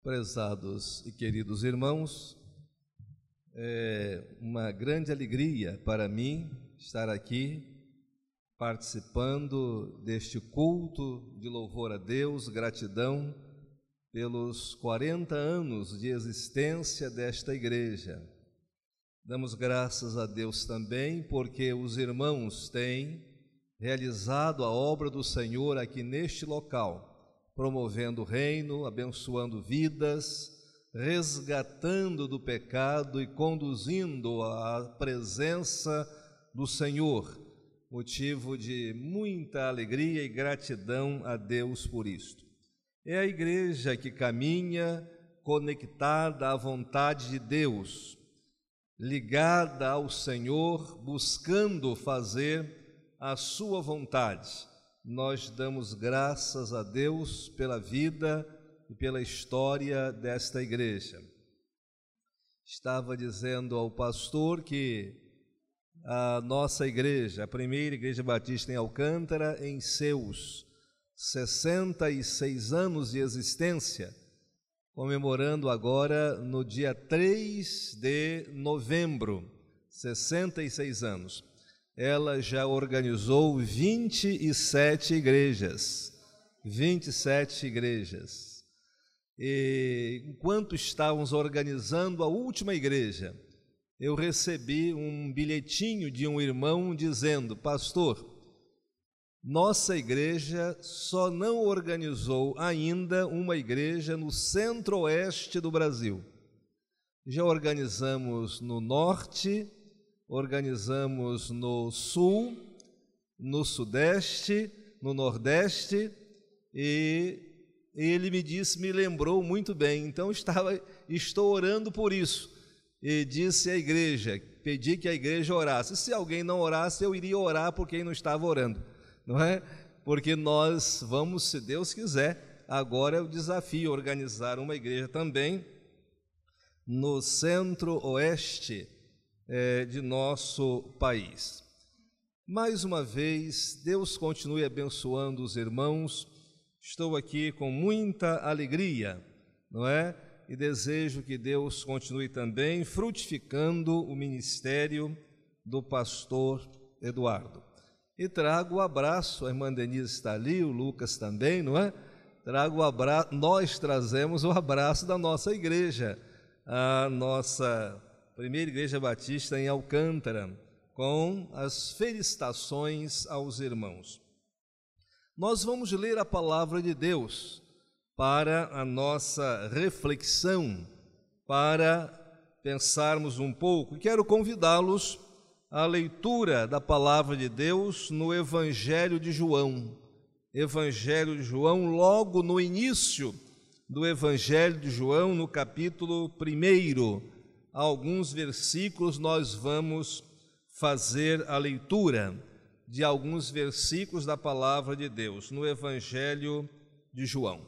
Prezados e queridos irmãos, é uma grande alegria para mim estar aqui participando deste culto de louvor a Deus, gratidão pelos 40 anos de existência desta igreja. Damos graças a Deus também porque os irmãos têm realizado a obra do Senhor aqui neste local, promovendo o reino, abençoando vidas, resgatando do pecado e conduzindo à presença do Senhor, motivo de muita alegria e gratidão a Deus por isto. É a igreja que caminha conectada à vontade de Deus, ligada ao Senhor, buscando fazer a sua vontade. Nós damos graças a Deus pela vida e pela história desta igreja. Estava dizendo ao pastor que a nossa igreja, a primeira igreja batista em Alcântara, em seus 66 anos de existência, comemorando agora no dia 3 de novembro, 66 anos. Ela já organizou 27 igrejas. E enquanto estávamos organizando a última igreja, eu recebi um bilhetinho de um irmão dizendo: pastor, nossa igreja só não organizou ainda uma igreja no centro-oeste do Brasil. Já organizamos no norte, organizamos no sul, no sudeste, no nordeste, e ele me lembrou muito bem, então estou orando por isso, e disse à igreja, pedi que a igreja orasse. Se alguém não orasse, eu iria orar por quem não estava orando, não é? Porque nós vamos, se Deus quiser, agora é o desafio, organizar uma igreja também no centro-oeste de nosso país. Mais uma vez, Deus continue abençoando os irmãos. Estou aqui com muita alegria, não é? E desejo que Deus continue também frutificando o ministério do pastor Eduardo. E trago o abraço, a irmã Denise está ali, o Lucas também, não é? Trago o abraço, nós trazemos o abraço da nossa igreja, a nossa Primeira Igreja Batista em Alcântara, com as felicitações aos irmãos. Nós vamos ler a palavra de Deus para a nossa reflexão, para pensarmos um pouco. Quero convidá-los à leitura da palavra de Deus no Evangelho de João. Evangelho de João, logo no início do Evangelho de João, no capítulo 1, alguns versículos nós vamos fazer a leitura de alguns versículos da palavra de Deus no Evangelho de João.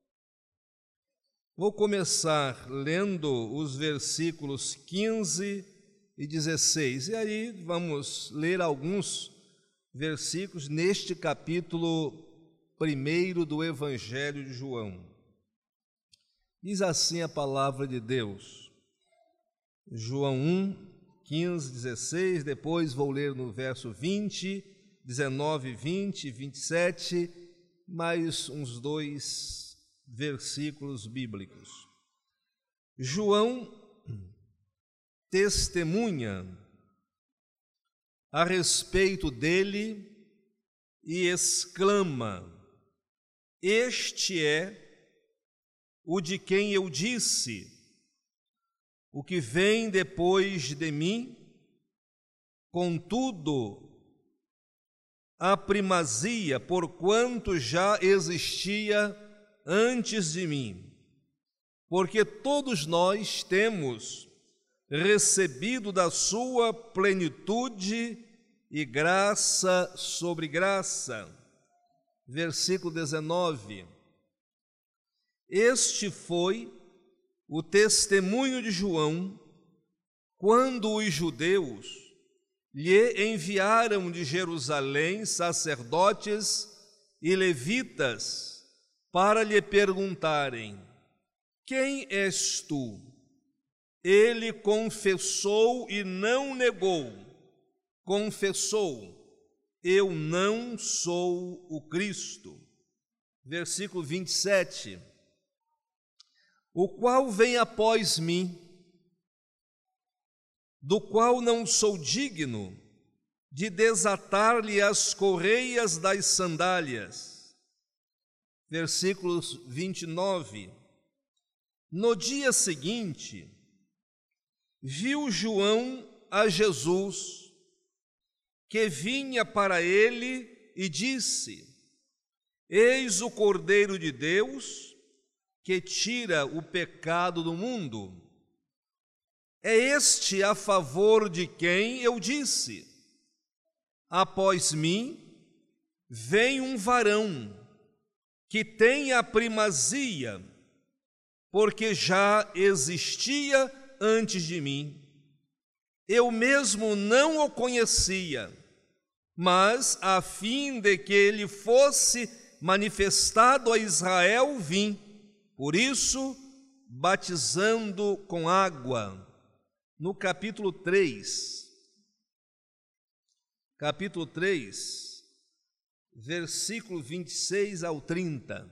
Vou começar lendo os versículos 15 e 16, e aí vamos ler alguns versículos neste capítulo 1 do Evangelho de João. Diz assim a palavra de Deus, João 1, 15, 16, depois vou ler no verso 20, 19, 20, 27, mais uns 2 versículos bíblicos. João testemunha a respeito dele e exclama: este é o de quem eu disse, o que vem depois de mim, contudo, a primazia, porquanto já existia antes de mim, porque todos nós temos recebido da sua plenitude e graça sobre graça. Versículo 19. Este foi o testemunho de João, quando os judeus lhe enviaram de Jerusalém sacerdotes e levitas para lhe perguntarem: quem és tu? Ele confessou e não negou. Confessou: eu não sou o Cristo. Versículo 27. O qual vem após mim, do qual não sou digno de desatar-lhe as correias das sandálias. Versículo 29. No dia seguinte, viu João a Jesus, que vinha para ele, e disse: eis o Cordeiro de Deus, que tira o pecado do mundo. É este a favor de quem eu disse: após mim vem um varão que tem a primazia, porque já existia antes de mim. Eu mesmo não o conhecia, mas a fim de que ele fosse manifestado a Israel vim, por isso batizando com água. No capítulo 3, versículo 26 ao 30.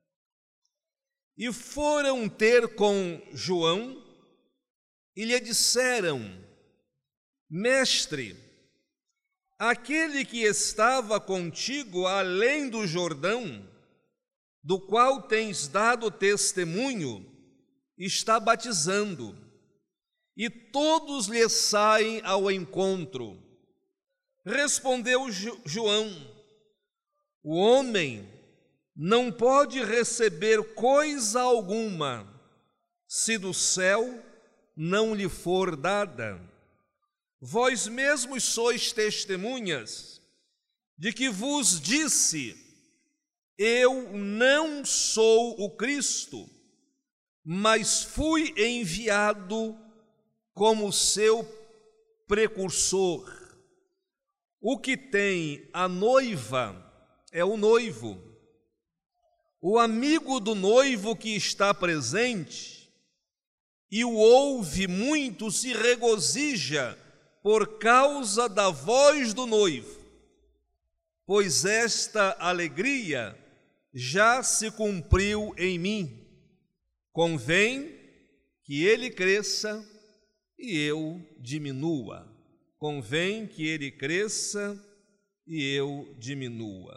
E foram ter com João e lhe disseram: Mestre, aquele que estava contigo além do Jordão, do qual tens dado testemunho, está batizando, e todos lhe saem ao encontro. Respondeu João: o homem não pode receber coisa alguma, se do céu não lhe for dada. Vós mesmos sois testemunhas de que vos disse: eu não sou o Cristo, mas fui enviado como seu precursor. O que tem a noiva é o noivo. O amigo do noivo que está presente e o ouve muito se regozija por causa da voz do noivo, pois esta alegria já se cumpriu em mim. Convém que ele cresça e eu diminua. Convém que ele cresça e eu diminua.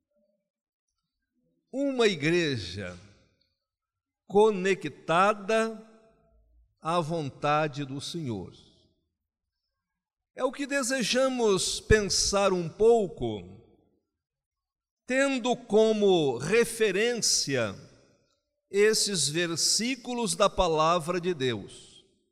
Uma igreja conectada à vontade do Senhor. É o que desejamos pensar um pouco, tendo como referência esses versículos da palavra de Deus.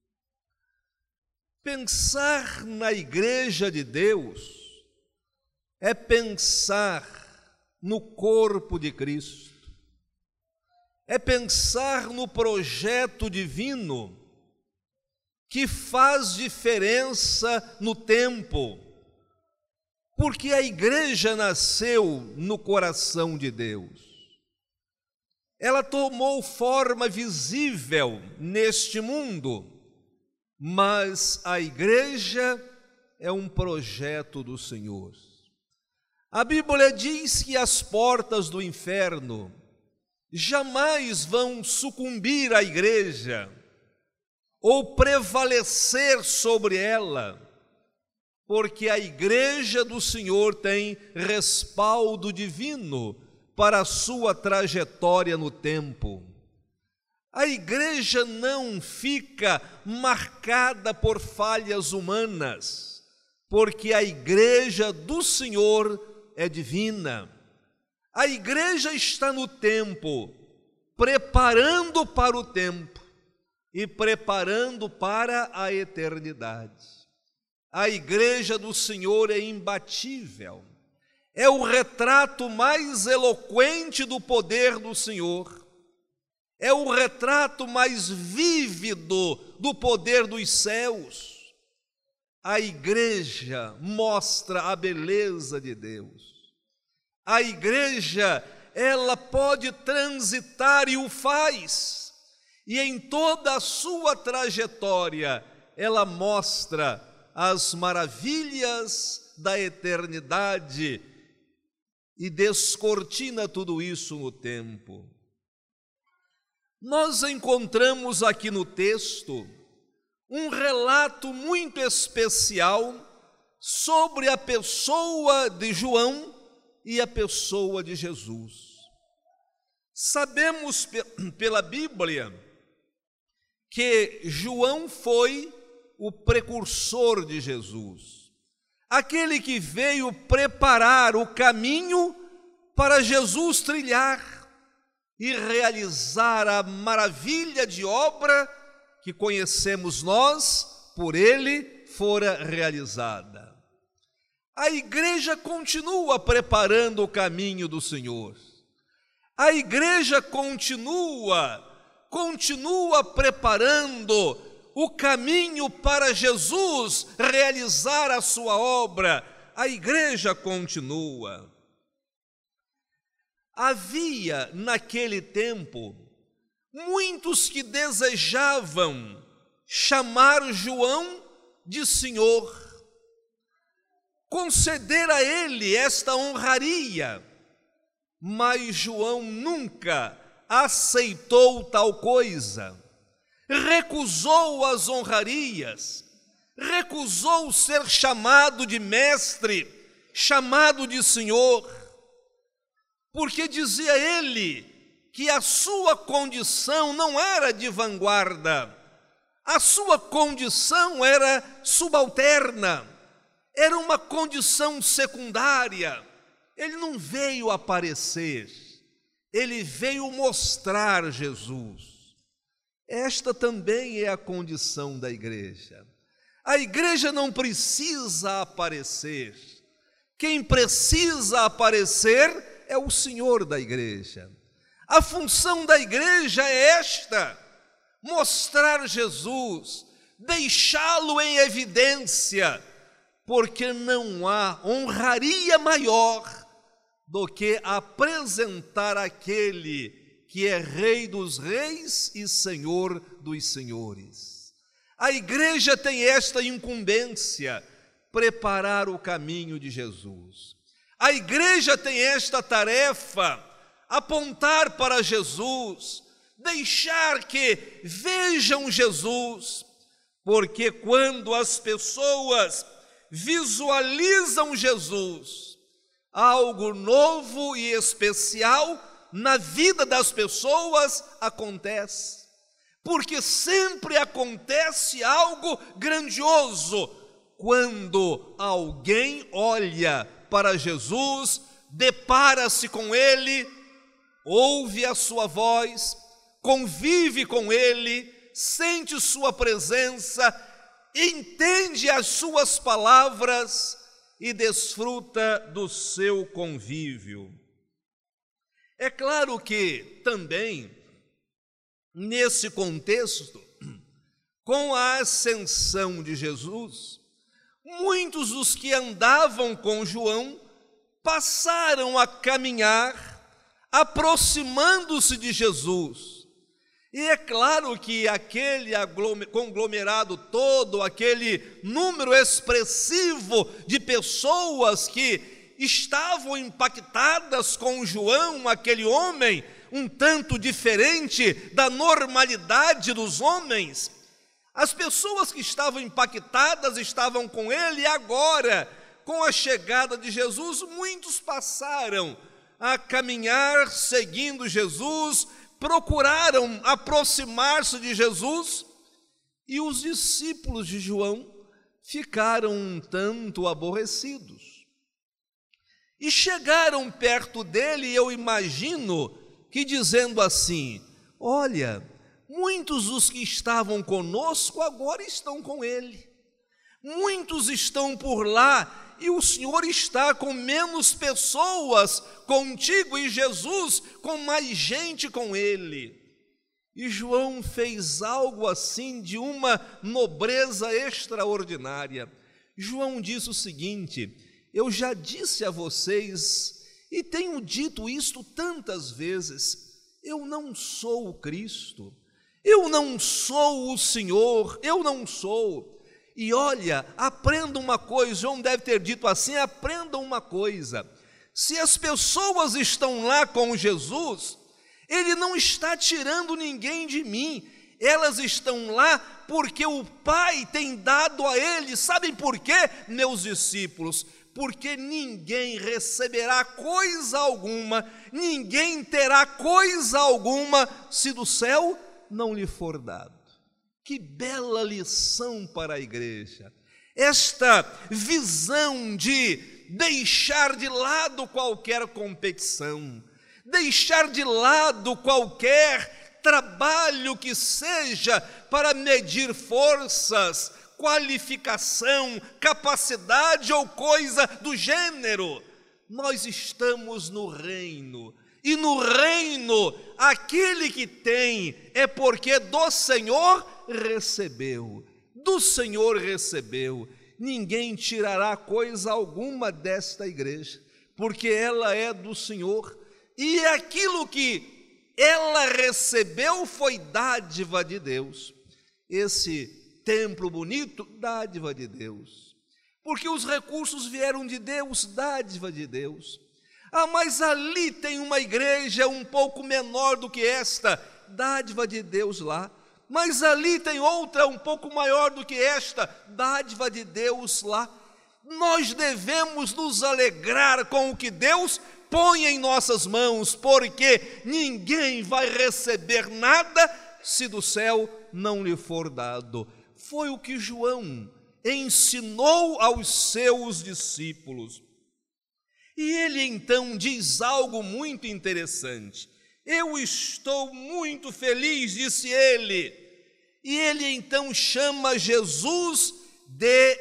Pensar na igreja de Deus é pensar no corpo de Cristo, é pensar no projeto divino que faz diferença no tempo, porque a igreja nasceu no coração de Deus. Ela tomou forma visível neste mundo, mas a igreja é um projeto do Senhor. A Bíblia diz que as portas do inferno jamais vão sucumbir à igreja ou prevalecer sobre ela, porque a igreja do Senhor tem respaldo divino para a sua trajetória no tempo. A igreja não fica marcada por falhas humanas, porque a igreja do Senhor é divina. A igreja está no tempo, preparando para o tempo e preparando para a eternidade. A igreja do Senhor é imbatível, é o retrato mais eloquente do poder do Senhor, é o retrato mais vívido do poder dos céus. A igreja mostra a beleza de Deus. A igreja, ela pode transitar e o faz e em toda a sua trajetória ela mostra as maravilhas da eternidade e descortina tudo isso no tempo. Nós encontramos aqui no texto um relato muito especial sobre a pessoa de João e a pessoa de Jesus. Sabemos pela Bíblia que João foi o precursor de Jesus, aquele que veio preparar o caminho para Jesus trilhar e realizar a maravilha de obra que conhecemos nós, por ele fora realizada. A igreja continua preparando o caminho do Senhor. A igreja continua preparando o caminho para Jesus realizar a sua obra. A igreja continua. Havia naquele tempo muitos que desejavam chamar João de Senhor, conceder a ele esta honraria, mas João nunca aceitou tal coisa, recusou as honrarias, recusou ser chamado de mestre, chamado de Senhor, porque dizia ele que a sua condição não era de vanguarda, a sua condição era subalterna, era uma condição secundária. Ele não veio aparecer, ele veio mostrar Jesus. Esta também é a condição da igreja. A igreja não precisa aparecer. Quem precisa aparecer é o Senhor da igreja. A função da igreja é esta: mostrar Jesus, deixá-lo em evidência, porque não há honraria maior do que apresentar aquele que é Rei dos reis e Senhor dos senhores. A igreja tem esta incumbência, preparar o caminho de Jesus. A igreja tem esta tarefa, apontar para Jesus, deixar que vejam Jesus, porque quando as pessoas visualizam Jesus, algo novo e especial na vida das pessoas acontece, porque sempre acontece algo grandioso quando alguém olha para Jesus, depara-se com ele, ouve a sua voz, convive com ele, sente sua presença, entende as suas palavras e desfruta do seu convívio. É claro que também, nesse contexto, com a ascensão de Jesus, muitos dos que andavam com João passaram a caminhar, aproximando-se de Jesus. E é claro que aquele conglomerado todo, aquele número expressivo de pessoas que estavam impactadas com João, aquele homem um tanto diferente da normalidade dos homens, as pessoas que estavam impactadas estavam com ele, e agora, com a chegada de Jesus, muitos passaram a caminhar seguindo Jesus, procuraram aproximar-se de Jesus, e os discípulos de João ficaram um tanto aborrecidos. E chegaram perto dele, e eu imagino que dizendo assim: olha, muitos dos que estavam conosco agora estão com ele. Muitos estão por lá e o Senhor está com menos pessoas contigo, e Jesus com mais gente com ele. E João fez algo assim de uma nobreza extraordinária. João disse o seguinte: eu já disse a vocês, e tenho dito isto tantas vezes, eu não sou o Cristo, Eu não sou o Senhor, eu não sou. E olha, aprenda uma coisa, João deve ter dito assim, aprenda uma coisa. Se as pessoas estão lá com Jesus, ele não está tirando ninguém de mim. Elas estão lá porque o Pai tem dado a eles. Sabem por quê, meus discípulos? Porque ninguém receberá coisa alguma, ninguém terá coisa alguma, se do céu não lhe for dado. Que bela lição para a igreja. Esta visão de deixar de lado qualquer competição, deixar de lado qualquer trabalho que seja para medir forças, qualificação, capacidade ou coisa do gênero. Nós estamos no reino, e no reino aquele que tem é porque do Senhor recebeu, do Senhor recebeu. Ninguém tirará coisa alguma desta igreja, porque ela é do Senhor, e aquilo que ela recebeu foi dádiva de Deus. Esse templo bonito, dádiva de Deus, porque os recursos vieram de Deus, dádiva de Deus. Ah, mas ali tem uma igreja um pouco menor do que esta, dádiva de Deus lá. Mas ali tem outra um pouco maior do que esta, dádiva de Deus lá. Nós devemos nos alegrar com o que Deus põe em nossas mãos, porque ninguém vai receber nada se do céu não lhe for dado. Foi o que João ensinou aos seus discípulos. E ele então diz algo muito interessante. Eu estou muito feliz, disse ele. E ele então chama Jesus de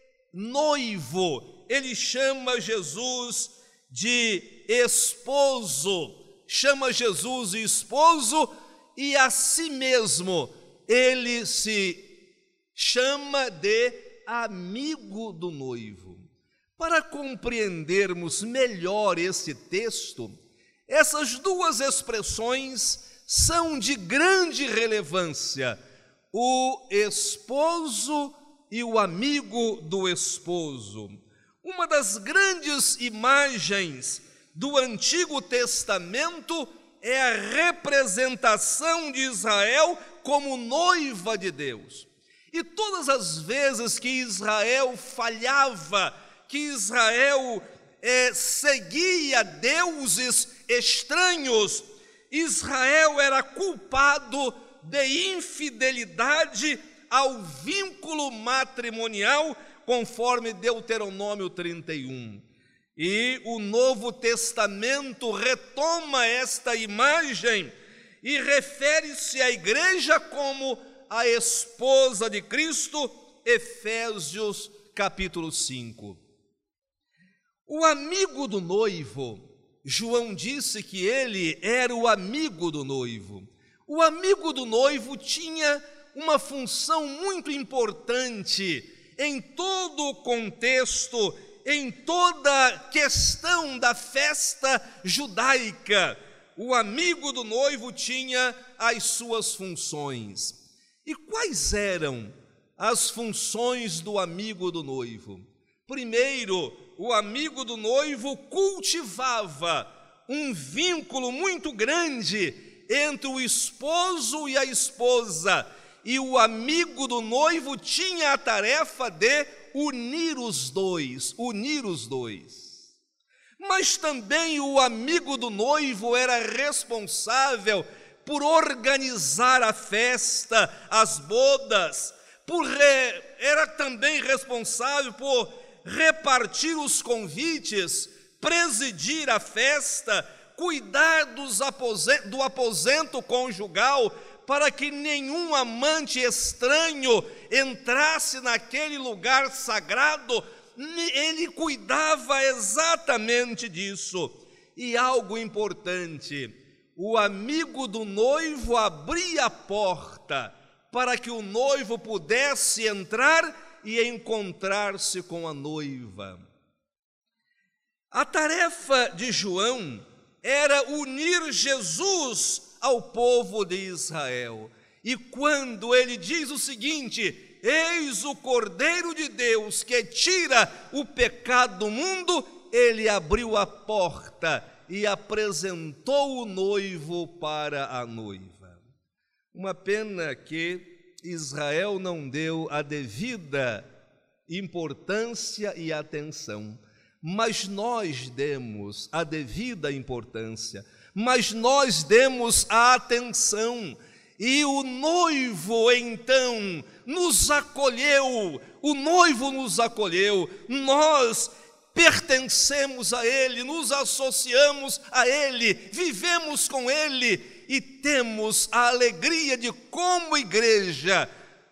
noivo, ele chama Jesus de esposo, chama Jesus de esposo, e a si mesmo ele se chama de amigo do noivo. Para compreendermos melhor esse texto, essas duas expressões são de grande relevância: o esposo e o amigo do esposo. Uma das grandes imagens do Antigo Testamento é a representação de Israel como noiva de Deus. E todas as vezes que Israel falhava, que Israel seguia deuses estranhos, Israel era culpado de infidelidade ao vínculo matrimonial, conforme Deuteronômio 31. E o Novo Testamento retoma esta imagem e refere-se à igreja como a esposa de Cristo, Efésios capítulo 5. O amigo do noivo, João disse que ele era o amigo do noivo. O amigo do noivo tinha uma função muito importante em todo o contexto, em toda a questão da festa judaica. O amigo do noivo tinha as suas funções. E quais eram as funções do amigo do noivo? Primeiro, o amigo do noivo cultivava um vínculo muito grande entre o esposo e a esposa, e o amigo do noivo tinha a tarefa de unir os dois, Mas também o amigo do noivo era responsável por organizar a festa, as bodas, era também responsável por repartir os convites, presidir a festa, cuidar do aposento conjugal, para que nenhum amante estranho entrasse naquele lugar sagrado. Ele cuidava exatamente disso. E algo importante, o amigo do noivo abria a porta para que o noivo pudesse entrar e encontrar-se com a noiva. A tarefa de João era unir Jesus ao povo de Israel. E quando ele diz o seguinte: eis o Cordeiro de Deus que tira o pecado do mundo, ele abriu a porta e apresentou o noivo para a noiva. Uma pena que Israel não deu a devida importância e atenção, mas nós demos a devida importância, mas nós demos a atenção, e o noivo então nos acolheu, o noivo nos acolheu, nós pertencemos a Ele, nos associamos a Ele, vivemos com Ele e temos a alegria de, como igreja,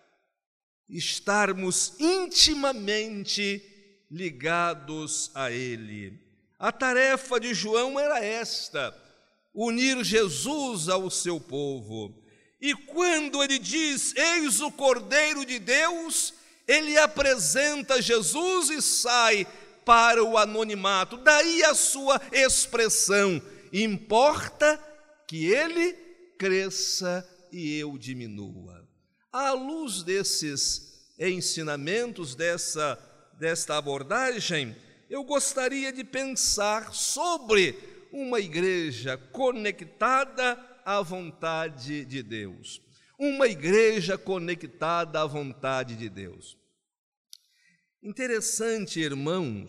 estarmos intimamente ligados a Ele. A tarefa de João era esta: unir Jesus ao seu povo. E quando ele diz: eis o Cordeiro de Deus, ele apresenta Jesus e sai para o anonimato. Daí a sua expressão: importa que ele cresça e eu diminua. À luz desses ensinamentos, desta abordagem, eu gostaria de pensar sobre uma igreja conectada à vontade de Deus. Uma igreja conectada à vontade de Deus. Interessante, irmãos,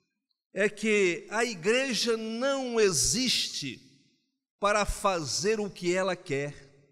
é que a igreja não existe para fazer o que ela quer.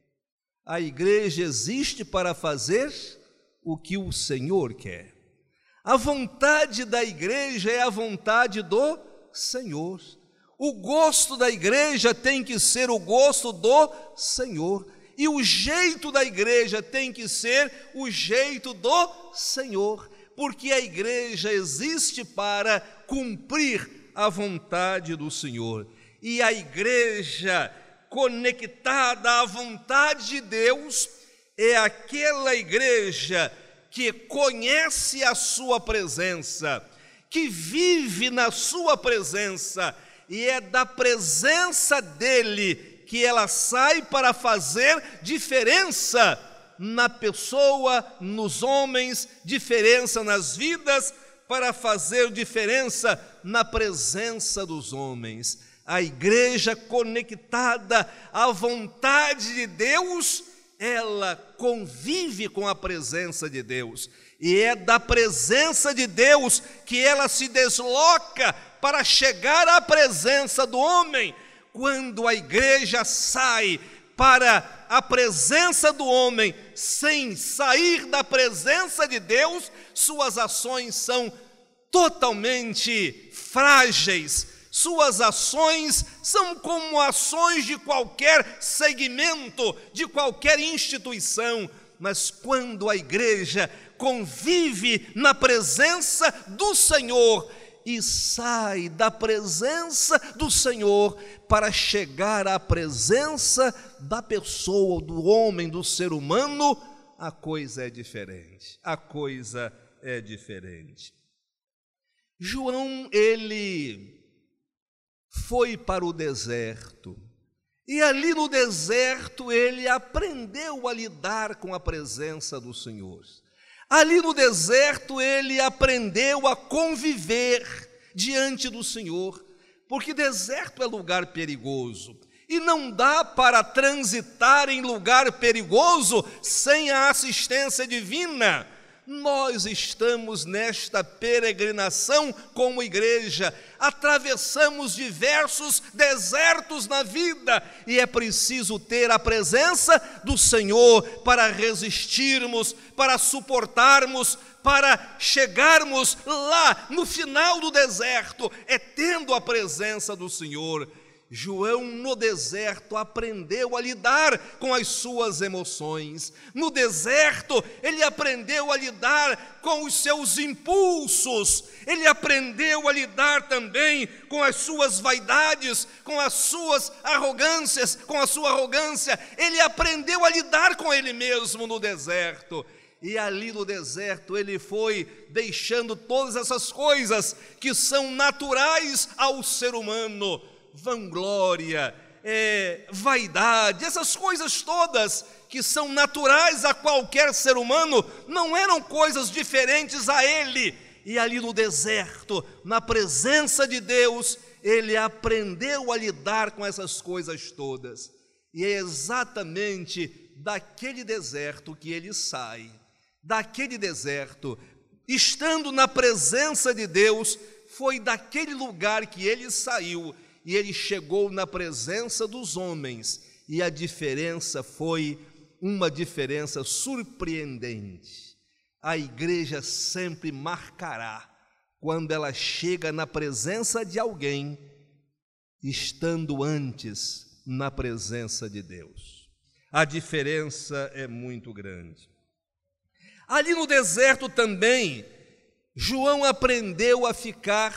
A igreja existe para fazer o que o Senhor quer. A vontade da igreja é a vontade do Senhor. O gosto da igreja tem que ser o gosto do Senhor. E o jeito da igreja tem que ser o jeito do Senhor. Porque a igreja existe para cumprir a vontade do Senhor. E a igreja conectada à vontade de Deus é aquela igreja que conhece a sua presença, que vive na sua presença, e é da presença dele que ela sai para fazer diferença na pessoa, nos homens, diferença nas vidas, para fazer diferença na presença dos homens. A igreja conectada à vontade de Deus, ela convive com a presença de Deus, e é da presença de Deus que ela se desloca para chegar à presença do homem. Quando a igreja sai para a presença do homem, sem sair da presença de Deus, suas ações são totalmente frágeis. Suas ações são como ações de qualquer segmento, de qualquer instituição. Mas quando a igreja convive na presença do Senhor e sai da presença do Senhor para chegar à presença da pessoa, do homem, do ser humano, a coisa é diferente. A coisa é diferente. João, ele foi para o deserto, e ali no deserto ele aprendeu a lidar com a presença do Senhor. Ali no deserto ele aprendeu a conviver diante do Senhor, porque deserto é lugar perigoso, e não dá para transitar em lugar perigoso sem a assistência divina. Nós estamos nesta peregrinação como igreja, atravessamos diversos desertos na vida, e é preciso ter a presença do Senhor para resistirmos, para suportarmos, para chegarmos lá no final do deserto, é tendo a presença do Senhor. João, no deserto, aprendeu a lidar com as suas emoções. No deserto, ele aprendeu a lidar com os seus impulsos. Ele aprendeu a lidar também com as suas vaidades, com as suas arrogâncias, com a sua arrogância. Ele aprendeu a lidar com ele mesmo no deserto. E ali no deserto ele foi deixando todas essas coisas que são naturais ao ser humano. Vanglória, vaidade, essas coisas todas que são naturais a qualquer ser humano, não eram coisas diferentes a ele. E ali no deserto, na presença de Deus, ele aprendeu a lidar com essas coisas todas. E é exatamente daquele deserto que ele sai. Daquele deserto, estando na presença de Deus, foi daquele lugar que ele saiu e ele chegou na presença dos homens. E a diferença foi uma diferença surpreendente. A igreja sempre marcará quando ela chega na presença de alguém, estando antes na presença de Deus. A diferença é muito grande. Ali no deserto também, João aprendeu a ficar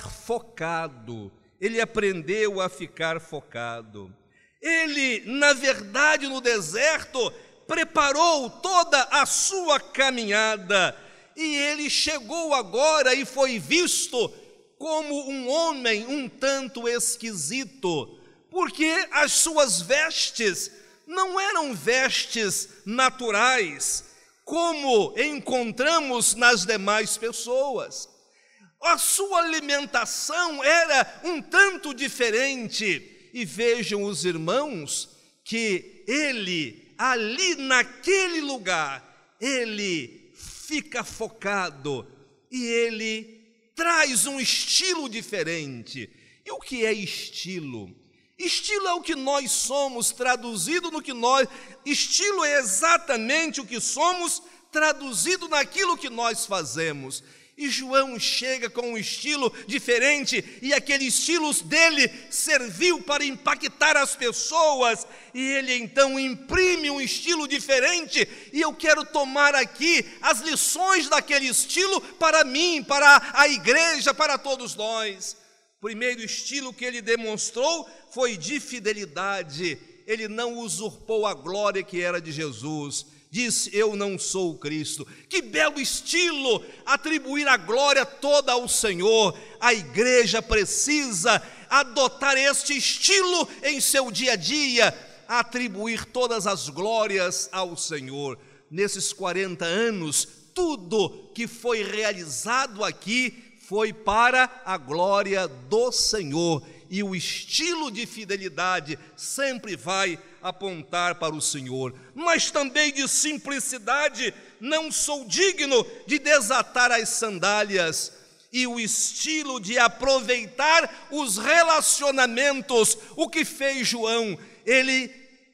focado. Ele aprendeu a ficar focado. Ele, na verdade, no deserto, preparou toda a sua caminhada, e ele chegou agora e foi visto como um homem um tanto esquisito, porque as suas vestes não eram vestes naturais, como encontramos nas demais pessoas. A sua alimentação era um tanto diferente, e vejam os irmãos que ele, ali naquele lugar, ele fica focado e ele traz um estilo diferente. E o que é estilo? Estilo é o que nós somos, traduzido no que nós... Estilo é exatamente o que somos, traduzido naquilo que nós fazemos. E João chega com um estilo diferente, e aquele estilo dele serviu para impactar as pessoas, e ele então imprime um estilo diferente, e eu quero tomar aqui as lições daquele estilo para mim, para a igreja, para todos nós. O primeiro estilo que ele demonstrou foi de fidelidade. Ele não usurpou a glória que era de Jesus. Disse: eu não sou o Cristo. Que belo estilo, atribuir a glória toda ao Senhor. A igreja precisa adotar este estilo em seu dia a dia, atribuir todas as glórias ao Senhor. Nesses 40 anos, tudo que foi realizado aqui foi para a glória do Senhor. E o estilo de fidelidade sempre vai apontar para o Senhor, mas também de simplicidade. Não sou digno de desatar as sandálias. E o estilo de aproveitar os relacionamentos. O que fez João? Ele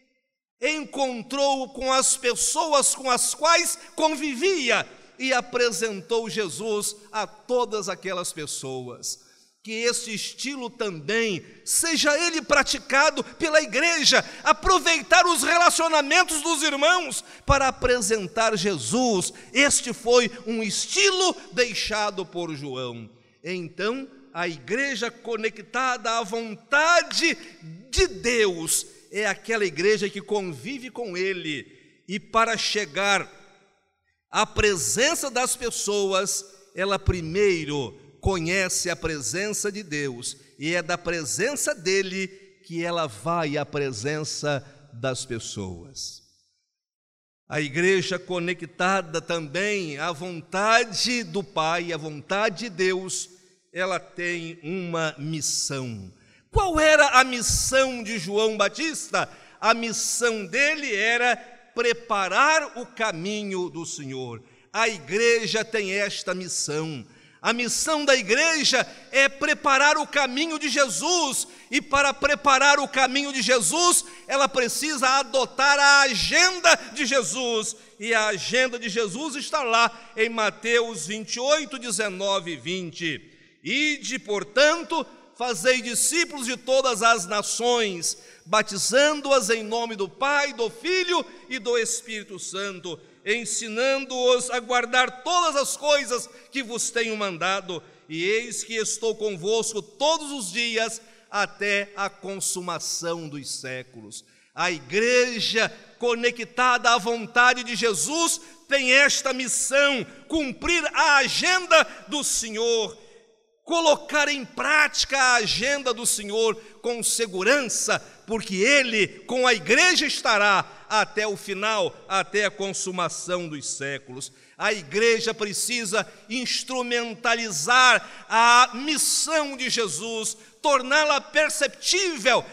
encontrou com as pessoas com as quais convivia e apresentou Jesus a todas aquelas pessoas. Que este estilo também seja ele praticado pela igreja, aproveitar os relacionamentos dos irmãos para apresentar Jesus. Este foi um estilo deixado por João. Então, a igreja conectada à vontade de Deus é aquela igreja que convive com Ele, e para chegar à presença das pessoas, ela primeiro conhece a presença de Deus, e é da presença dele que ela vai à presença das pessoas. A igreja conectada também à vontade do Pai, à vontade de Deus, ela tem uma missão. Qual era a missão de João Batista? A missão dele era preparar o caminho do Senhor. A igreja tem esta missão. A missão da igreja é preparar o caminho de Jesus, e para preparar o caminho de Jesus, ela precisa adotar a agenda de Jesus, e a agenda de Jesus está lá em Mateus 28, 19 e 20. Ide, portanto, fazei discípulos de todas as nações, batizando-as em nome do Pai, do Filho e do Espírito Santo, ensinando-os a guardar todas as coisas que vos tenho mandado, e eis que estou convosco todos os dias até a consumação dos séculos. A igreja conectada à vontade de Jesus tem esta missão: cumprir a agenda do Senhor, colocar em prática a agenda do Senhor com segurança, porque Ele com a igreja estará até o final, até a consumação dos séculos. A igreja precisa instrumentalizar a missão de Jesus, torná-la perceptível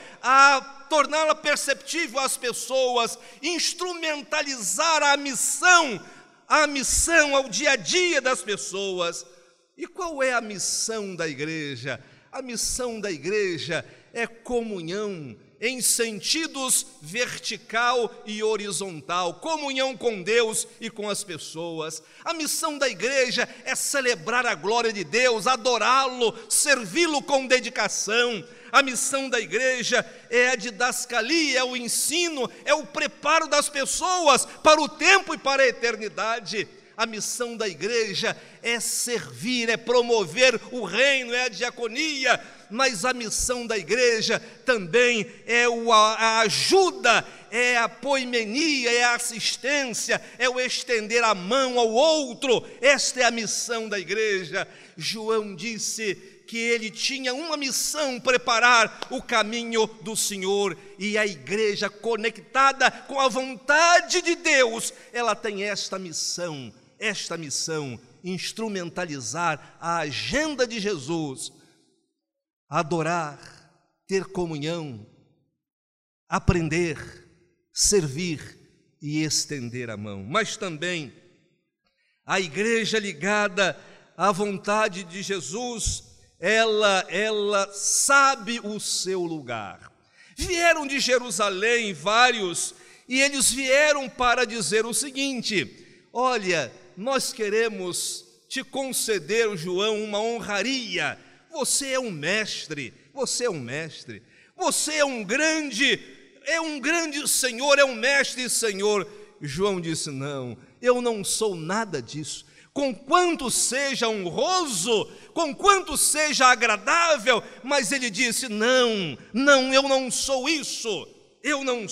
às pessoas, instrumentalizar a missão ao dia a dia das pessoas. E qual é a missão da igreja? A missão da igreja é comunhão em sentidos vertical e horizontal, comunhão com Deus e com as pessoas. A missão da igreja é celebrar a glória de Deus, adorá-lo, servi-lo com dedicação. A missão da igreja é a didascalia, é o ensino, é o preparo das pessoas para o tempo e para a eternidade. A missão da igreja é servir, é promover o reino, é a diaconia, mas a missão da igreja também é a ajuda, é a poimenia, é a assistência, é o estender a mão ao outro. Esta é a missão da igreja. João disse que ele tinha uma missão: preparar o caminho do Senhor. E a igreja, conectada com a vontade de Deus, ela tem esta missão, instrumentalizar a agenda de Jesus, adorar, ter comunhão, aprender, servir e estender a mão. Mas também a igreja ligada à vontade de Jesus, ela sabe o seu lugar. Vieram de Jerusalém vários, e eles vieram para dizer o seguinte: olha, nós queremos te conceder, João, uma honraria. Você é um mestre, você é um grande Senhor, é um mestre e Senhor. João disse: não, eu não sou nada disso. Conquanto seja honroso, conquanto seja agradável, mas ele disse: não, eu não sou isso, eu não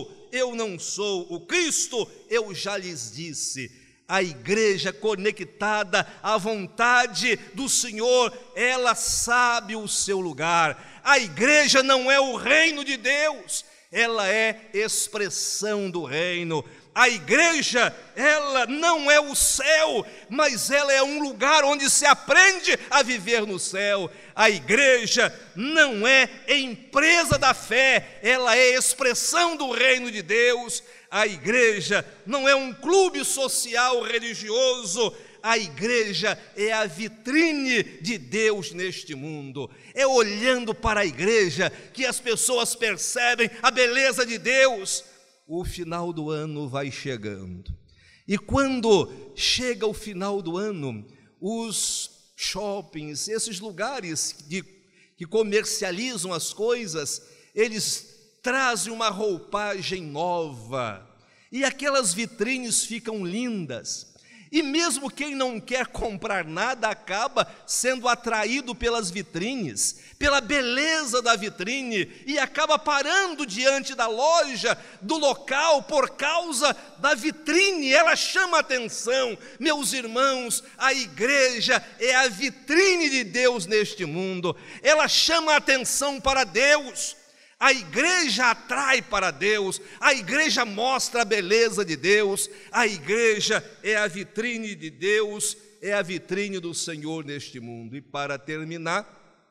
sou o Cristo. Eu já lhes disse. A igreja conectada à vontade do Senhor, ela sabe o seu lugar. A igreja não é o reino de Deus, ela é expressão do reino. A igreja, ela não é o céu, mas ela é um lugar onde se aprende a viver no céu. A igreja não é empresa da fé, ela é expressão do reino de Deus. A igreja não é um clube social religioso, a igreja é a vitrine de Deus neste mundo. É olhando para a igreja que as pessoas percebem a beleza de Deus. O final do ano vai chegando, e quando chega o final do ano, os shoppings, esses lugares que comercializam as coisas, eles trazem uma roupagem nova, e aquelas vitrines ficam lindas, e mesmo quem não quer comprar nada acaba sendo atraído pelas vitrines, pela beleza da vitrine, e acaba parando diante da loja, do local, por causa da vitrine. Ela chama a atenção. Meus irmãos, a igreja é a vitrine de Deus neste mundo, ela chama a atenção para Deus. A igreja atrai para Deus, a igreja mostra a beleza de Deus, a igreja é a vitrine de Deus, é a vitrine do Senhor neste mundo. E para terminar,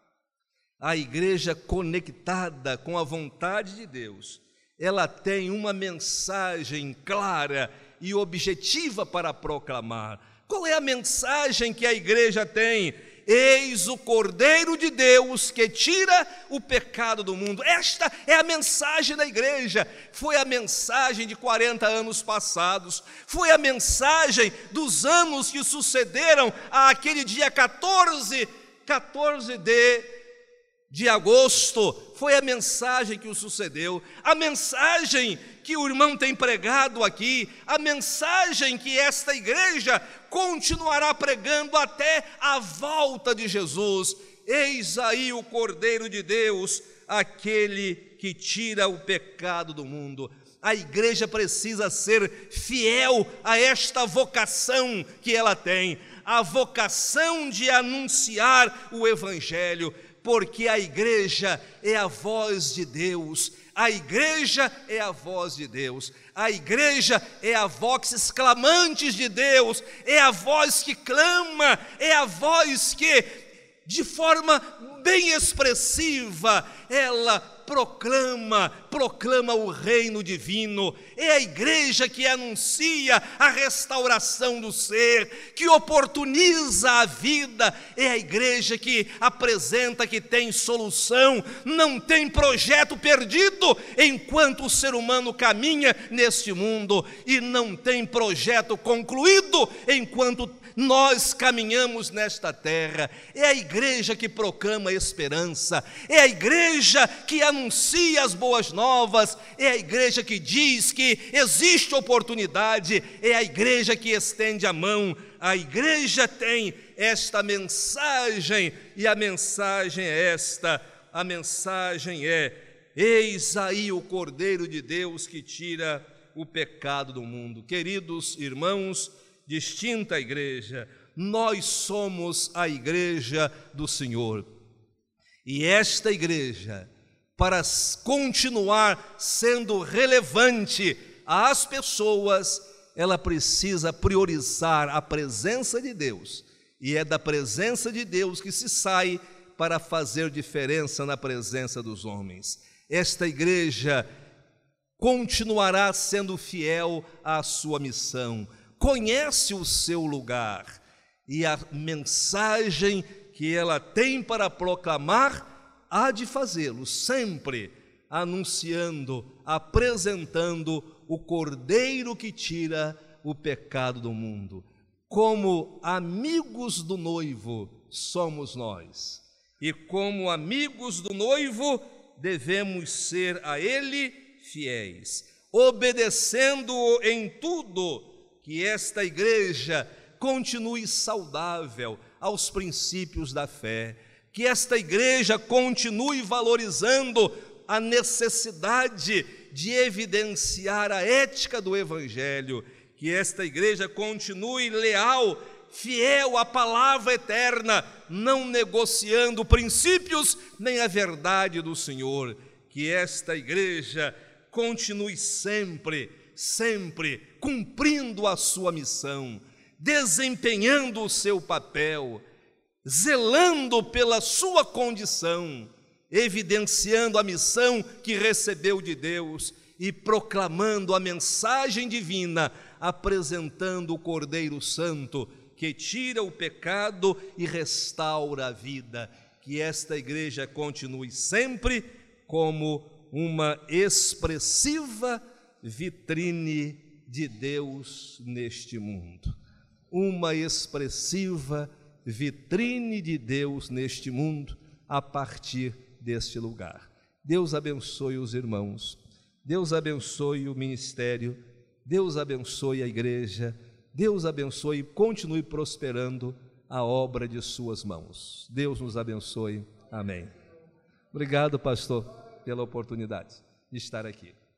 a igreja conectada com a vontade de Deus, ela tem uma mensagem clara e objetiva para proclamar. Qual é a mensagem que a igreja tem? Eis o Cordeiro de Deus que tira o pecado do mundo. Esta é a mensagem da igreja. Foi a mensagem de 40 anos passados, foi a mensagem dos anos que sucederam àquele dia 14 de agosto, foi a mensagem que o sucedeu, a mensagem que o irmão tem pregado aqui, a mensagem que esta igreja continuará pregando até a volta de Jesus. Eis aí o Cordeiro de Deus, aquele que tira o pecado do mundo. A igreja precisa ser fiel a esta vocação que ela tem, a vocação de anunciar o Evangelho, porque a igreja é a voz de Deus, A igreja é a voz de Deus, a igreja é a voz clamante de Deus, é a voz que clama, é a voz que, de forma bem expressiva, ela proclama o reino divino. É a igreja que anuncia a restauração do ser, que oportuniza a vida. É a igreja que apresenta que tem solução, não tem projeto perdido enquanto o ser humano caminha neste mundo, e não tem projeto concluído enquanto nós caminhamos nesta terra. É a igreja que proclama esperança, é a igreja que anuncia as boas novas, é a igreja que diz que existe oportunidade, é a igreja que estende a mão. A igreja tem esta mensagem, e a mensagem é esta, a mensagem é: eis aí o Cordeiro de Deus que tira o pecado do mundo. Queridos irmãos, distinta igreja, nós somos a igreja do Senhor. E esta igreja, para continuar sendo relevante às pessoas, ela precisa priorizar a presença de Deus. E é da presença de Deus que se sai para fazer diferença na presença dos homens. Esta igreja continuará sendo fiel à sua missão, conhece o seu lugar, e a mensagem que ela tem para proclamar há de fazê-lo sempre anunciando, apresentando o Cordeiro que tira o pecado do mundo. Como amigos do noivo somos nós, e como amigos do noivo devemos ser a ele fiéis, obedecendo-o em tudo. Que esta igreja continue saudável aos princípios da fé, que esta igreja continue valorizando a necessidade de evidenciar a ética do Evangelho, que esta igreja continue leal, fiel à palavra eterna, não negociando princípios nem a verdade do Senhor, que esta igreja continue sempre cumprindo a sua missão, desempenhando o seu papel, zelando pela sua condição, evidenciando a missão que recebeu de Deus e proclamando a mensagem divina, apresentando o Cordeiro Santo que tira o pecado e restaura a vida. Que esta igreja continue sempre como uma expressiva vitrine de Deus neste mundo, uma expressiva vitrine de Deus neste mundo a partir deste lugar. Deus abençoe os irmãos, Deus abençoe o ministério, Deus abençoe a igreja, Deus abençoe e continue prosperando a obra de suas mãos. Deus nos abençoe. Amém. Obrigado, pastor, pela oportunidade de estar aqui.